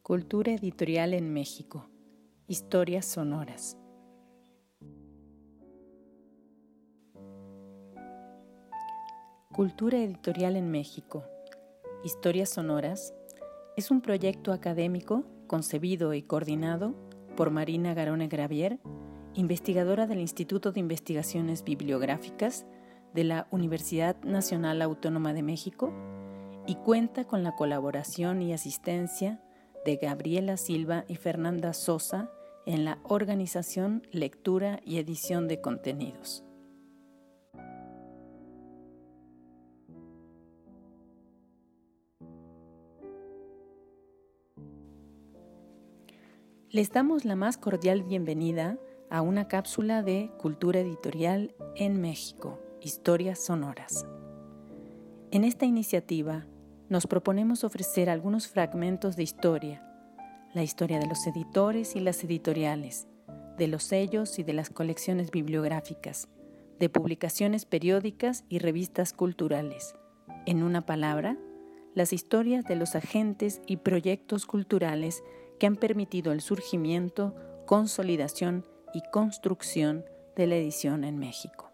Cultura editorial en México. Historias sonoras. Cultura editorial en México. Historias sonoras es un proyecto académico concebido y coordinado por Marina Garone Gravier, investigadora del Instituto de Investigaciones Bibliográficas de la Universidad Nacional Autónoma de México, y cuenta con la colaboración y asistencia de Gabriela Silva y Fernanda Sosa en la organización, lectura y edición de contenidos. Les damos la más cordial bienvenida a una cápsula de Cultura Editorial en México, Historias Sonoras. En esta iniciativa nos proponemos ofrecer algunos fragmentos de historia, la historia de los editores y las editoriales, de los sellos y de las colecciones bibliográficas, de publicaciones periódicas y revistas culturales. En una palabra, las historias de los agentes y proyectos culturales que han permitido el surgimiento, consolidación y construcción de la edición en México.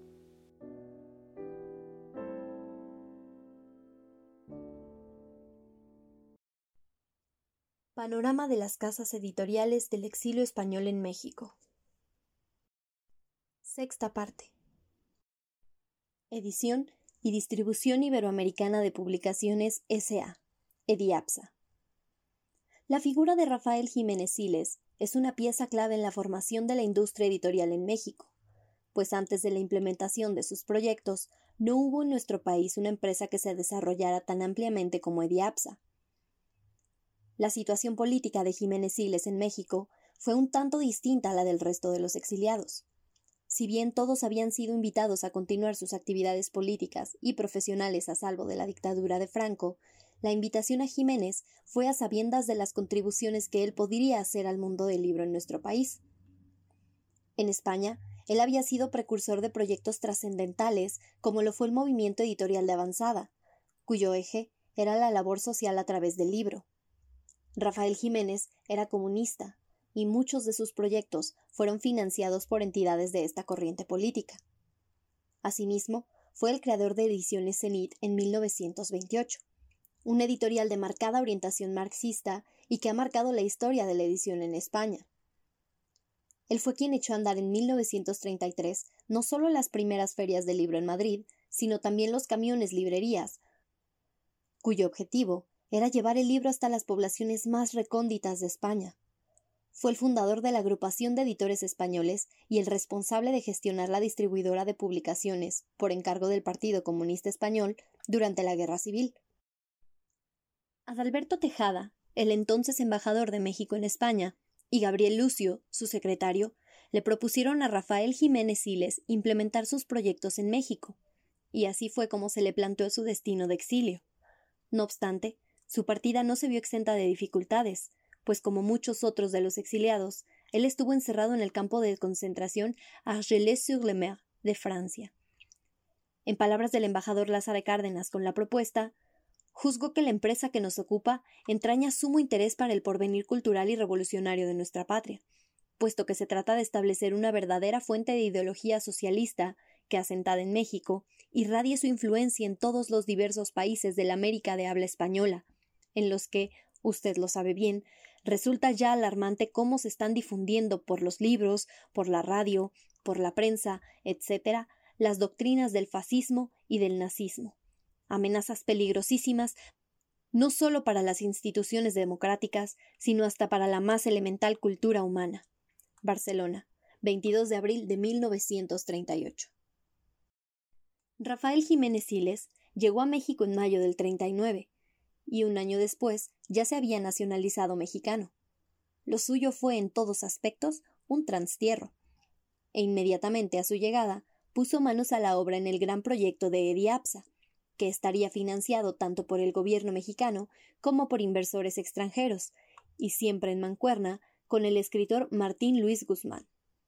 Panorama de las casas editoriales del exilio español en México. Sexta parte. Edición y distribución iberoamericana de publicaciones S.A., Ediapsa. La figura de Rafael Jiménez Siles es una pieza clave en la formación de la industria editorial en México, pues antes de la implementación de sus proyectos no hubo en nuestro país una empresa que se desarrollara tan ampliamente como Ediapsa. La situación política de Jiménez Siles en México fue un tanto distinta a la del resto de los exiliados. Si bien todos habían sido invitados a continuar sus actividades políticas y profesionales a salvo de la dictadura de Franco, la invitación a Jiménez fue a sabiendas de las contribuciones que él podría hacer al mundo del libro en nuestro país. En España, él había sido precursor de proyectos trascendentales como lo fue el movimiento editorial de avanzada, cuyo eje era la labor social a través del libro. Rafael Jiménez era comunista, y muchos de sus proyectos fueron financiados por entidades de esta corriente política. Asimismo, fue el creador de Ediciones Zenit en 1928, una editorial de marcada orientación marxista y que ha marcado la historia de la edición en España. Él fue quien echó a andar en 1933 no solo las primeras ferias del libro en Madrid, sino también los camiones librerías, cuyo objetivo era llevar el libro hasta las poblaciones más recónditas de España. Fue el fundador de la Agrupación de Editores Españoles y el responsable de gestionar la distribuidora de publicaciones, por encargo del Partido Comunista Español, durante la Guerra Civil. Adalberto Tejada, el entonces embajador de México en España, y Gabriel Lucio, su secretario, le propusieron a Rafael Jiménez Siles implementar sus proyectos en México, y así fue como se le planteó su destino de exilio. No obstante, su partida no se vio exenta de dificultades, pues como muchos otros de los exiliados, él estuvo encerrado en el campo de concentración Argelès-sur-le-Mer de Francia. En palabras del embajador Lázaro Cárdenas con la propuesta, juzgo que la empresa que nos ocupa entraña sumo interés para el porvenir cultural y revolucionario de nuestra patria, puesto que se trata de establecer una verdadera fuente de ideología socialista que, asentada en México, irradie su influencia en todos los diversos países de la América de habla española, en los que, usted lo sabe bien, resulta ya alarmante cómo se están difundiendo por los libros, por la radio, por la prensa, etc., las doctrinas del fascismo y del nazismo, amenazas peligrosísimas no solo para las instituciones democráticas, sino hasta para la más elemental cultura humana. Barcelona, 22 de abril de 1938. Rafael Jiménez Siles llegó a México en mayo del 39, y un año después ya se había nacionalizado mexicano. Lo suyo fue en todos aspectos un transtierro, e inmediatamente a su llegada puso manos a la obra en el gran proyecto de Ediapsa, que estaría financiado tanto por el gobierno mexicano como por inversores extranjeros, y siempre en mancuerna con el escritor Martín Luis Guzmán.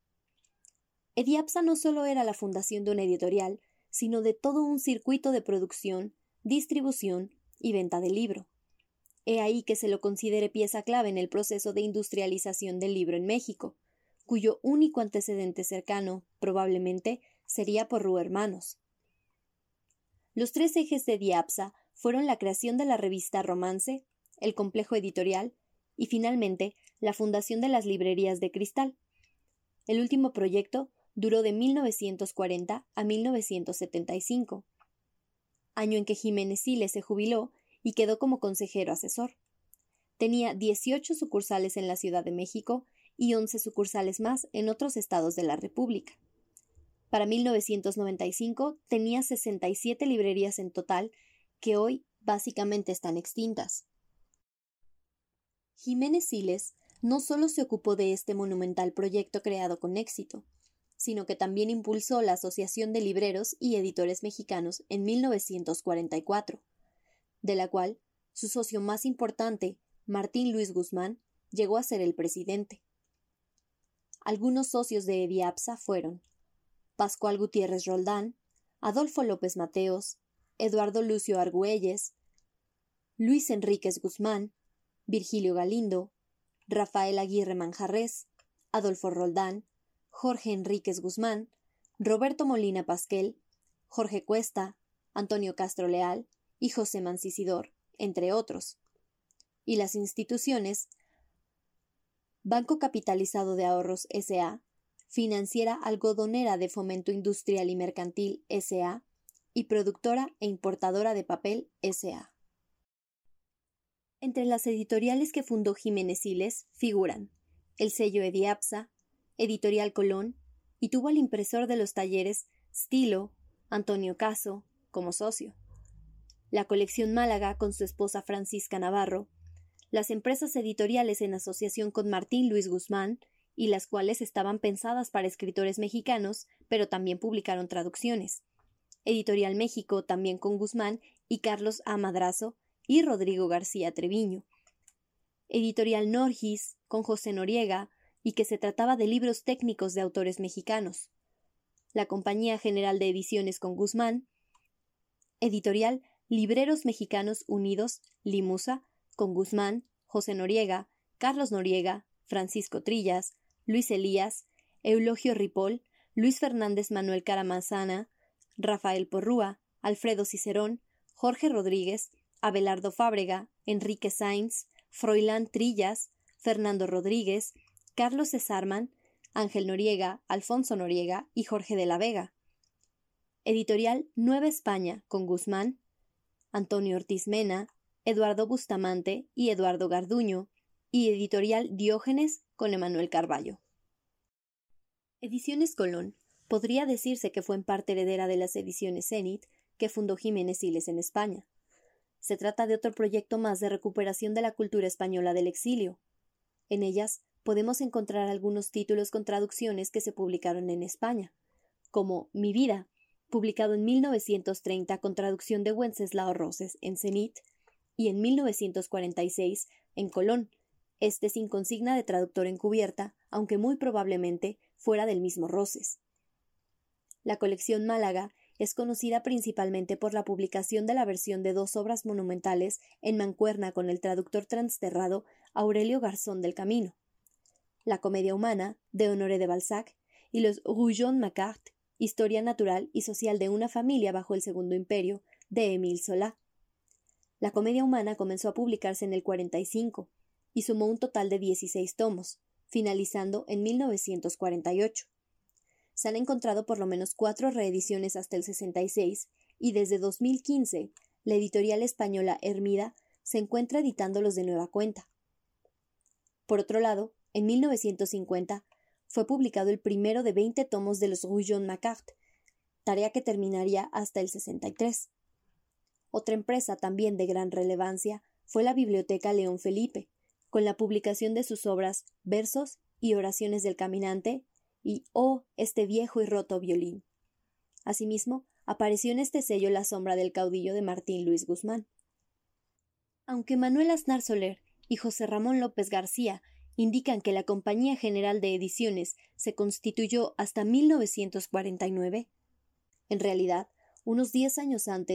Ediapsa no solo era la fundación de una editorial, sino de todo un circuito de producción, distribución y venta de libro. He ahí que se lo considere pieza clave en el proceso de industrialización del libro en México, cuyo único antecedente cercano, probablemente, sería por Rú Hermanos. Los tres ejes de Ediapsa fueron la creación de la revista Romance, el complejo editorial y, finalmente, la fundación de las librerías de Cristal. El último proyecto duró de 1940 a 1975, año en que Jiménez Siles se jubiló y quedó como consejero asesor. Tenía 18 sucursales en la Ciudad de México y 11 sucursales más en otros estados de la República. Para 1995 tenía 67 librerías en total, que hoy básicamente están extintas. Jiménez Siles no solo se ocupó de este monumental proyecto creado con éxito, sino que también impulsó la Asociación de Libreros y Editores Mexicanos en 1944, de la cual su socio más importante, Martín Luis Guzmán, llegó a ser el presidente. Algunos socios de Ediapsa fueron Pascual Gutiérrez Roldán, Adolfo López Mateos, Eduardo Lucio Argüelles, Luis Enríquez Guzmán, Virgilio Galindo, Rafael Aguirre Manjarrés, Adolfo Roldán, Jorge Enríquez Guzmán, Roberto Molina Pasquel, Jorge Cuesta, Antonio Castro Leal y José Mancisidor, entre otros. Y las instituciones: Banco Capitalizado de Ahorros S.A., Financiera Algodonera de Fomento Industrial y Mercantil S.A. y Productora e Importadora de Papel S.A. Entre las editoriales que fundó Jiménez Siles figuran el sello Ediapsa, Editorial Colón, y tuvo al impresor de los talleres Stilo, Antonio Caso, como socio, la Colección Málaga con su esposa Francisca Navarro, las empresas editoriales en asociación con Martín Luis Guzmán, y las cuales estaban pensadas para escritores mexicanos, pero también publicaron traducciones. Editorial México, también con Guzmán y Carlos A. Madrazo y Rodrigo García Treviño. Editorial Norgis, con José Noriega, y que se trataba de libros técnicos de autores mexicanos. La Compañía General de Ediciones con Guzmán. Editorial Libreros Mexicanos Unidos, Limusa, con Guzmán, José Noriega, Carlos Noriega, Francisco Trillas, Luis Elías, Eulogio Ripoll, Luis Fernández Manuel Caramazana, Rafael Porrúa, Alfredo Cicerón, Jorge Rodríguez, Abelardo Fábrega, Enrique Sainz, Froilán Trillas, Fernando Rodríguez, Carlos Cesarman, Ángel Noriega, Alfonso Noriega y Jorge de la Vega. Editorial Nueva España con Guzmán, Antonio Ortiz Mena, Eduardo Bustamante y Eduardo Garduño, y Editorial Diógenes con Emanuel Carballo. Ediciones Colón podría decirse que fue en parte heredera de las Ediciones Zenit que fundó Jiménez Siles en España. Se trata de otro proyecto más de recuperación de la cultura española del exilio. En ellas podemos encontrar algunos títulos con traducciones que se publicaron en España, como Mi vida, publicado en 1930 con traducción de Wenceslao Roses en Zenit, y en 1946 en Colón, este sin consigna de traductor encubierta, aunque muy probablemente fuera del mismo Roses. La colección Málaga es conocida principalmente por la publicación de la versión de 2 obras monumentales en mancuerna con el traductor transterrado Aurelio Garzón del Camino: La Comedia Humana, de Honoré de Balzac, y los Rougon Macquart, Historia natural y social de una familia bajo el Segundo Imperio, de Émile Zola. La Comedia Humana comenzó a publicarse en el 45 y sumó un total de 16 tomos, finalizando en 1948. Se han encontrado por lo menos 4 reediciones hasta el 66 y desde 2015 la editorial española Hermida se encuentra editándolos de nueva cuenta. Por otro lado, en 1950 fue publicado el primero de 20 tomos de los Rougon Macquart, tarea que terminaría hasta el 63. Otra empresa también de gran relevancia fue la Biblioteca León Felipe, con la publicación de sus obras Versos y Oraciones del Caminante y Oh, este viejo y roto violín. Asimismo, apareció en este sello La sombra del caudillo de Martín Luis Guzmán. Aunque Manuel Aznar Soler y José Ramón López García indican que la Compañía General de Ediciones se constituyó hasta 1949, en realidad, unos 10 años antes,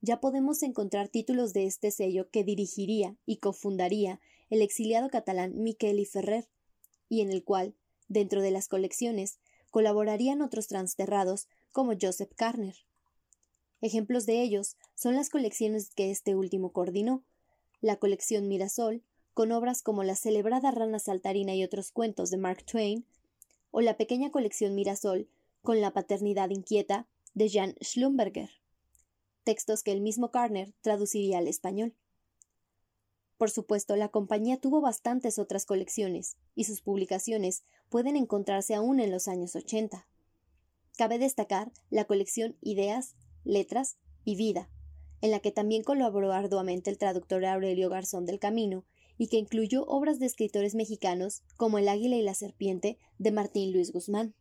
ya podemos encontrar títulos de este sello que dirigiría y cofundaría el exiliado catalán Miquel i Ferrer, y en el cual, dentro de las colecciones, colaborarían otros transterrados como Joseph Carner. Ejemplos de ellos son las colecciones que este último coordinó, la colección Mirasol, con obras como la celebrada Rana Saltarina y otros cuentos de Mark Twain, o la pequeña colección Mirasol, con La paternidad inquieta de Jan Schlumberger, textos que el mismo Carner traduciría al español. Por supuesto, la compañía tuvo bastantes otras colecciones, y sus publicaciones pueden encontrarse aún en los años 80. Cabe destacar la colección Ideas, Letras y Vida, en la que también colaboró arduamente el traductor Aurelio Garzón del Camino, y que incluyó obras de escritores mexicanos como El águila y la serpiente de Martín Luis Guzmán.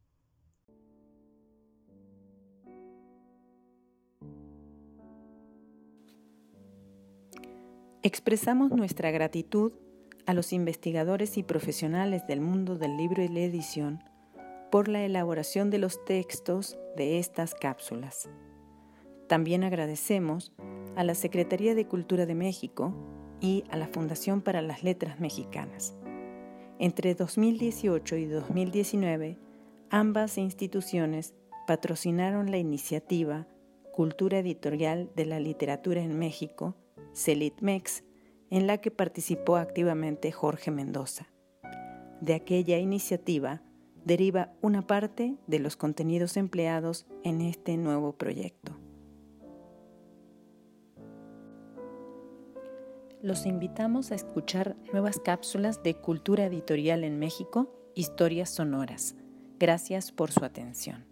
Expresamos nuestra gratitud a los investigadores y profesionales del mundo del libro y la edición por la elaboración de los textos de estas cápsulas. También agradecemos a la Secretaría de Cultura de México y a la Fundación para las Letras Mexicanas. Entre 2018 y 2019, ambas instituciones patrocinaron la iniciativa Cultura Editorial de la Literatura en México, CELITMEX, en la que participó activamente Jorge Mendoza. De aquella iniciativa deriva una parte de los contenidos empleados en este nuevo proyecto. Los invitamos a escuchar nuevas cápsulas de Cultura Editorial en México, Historias Sonoras. Gracias por su atención.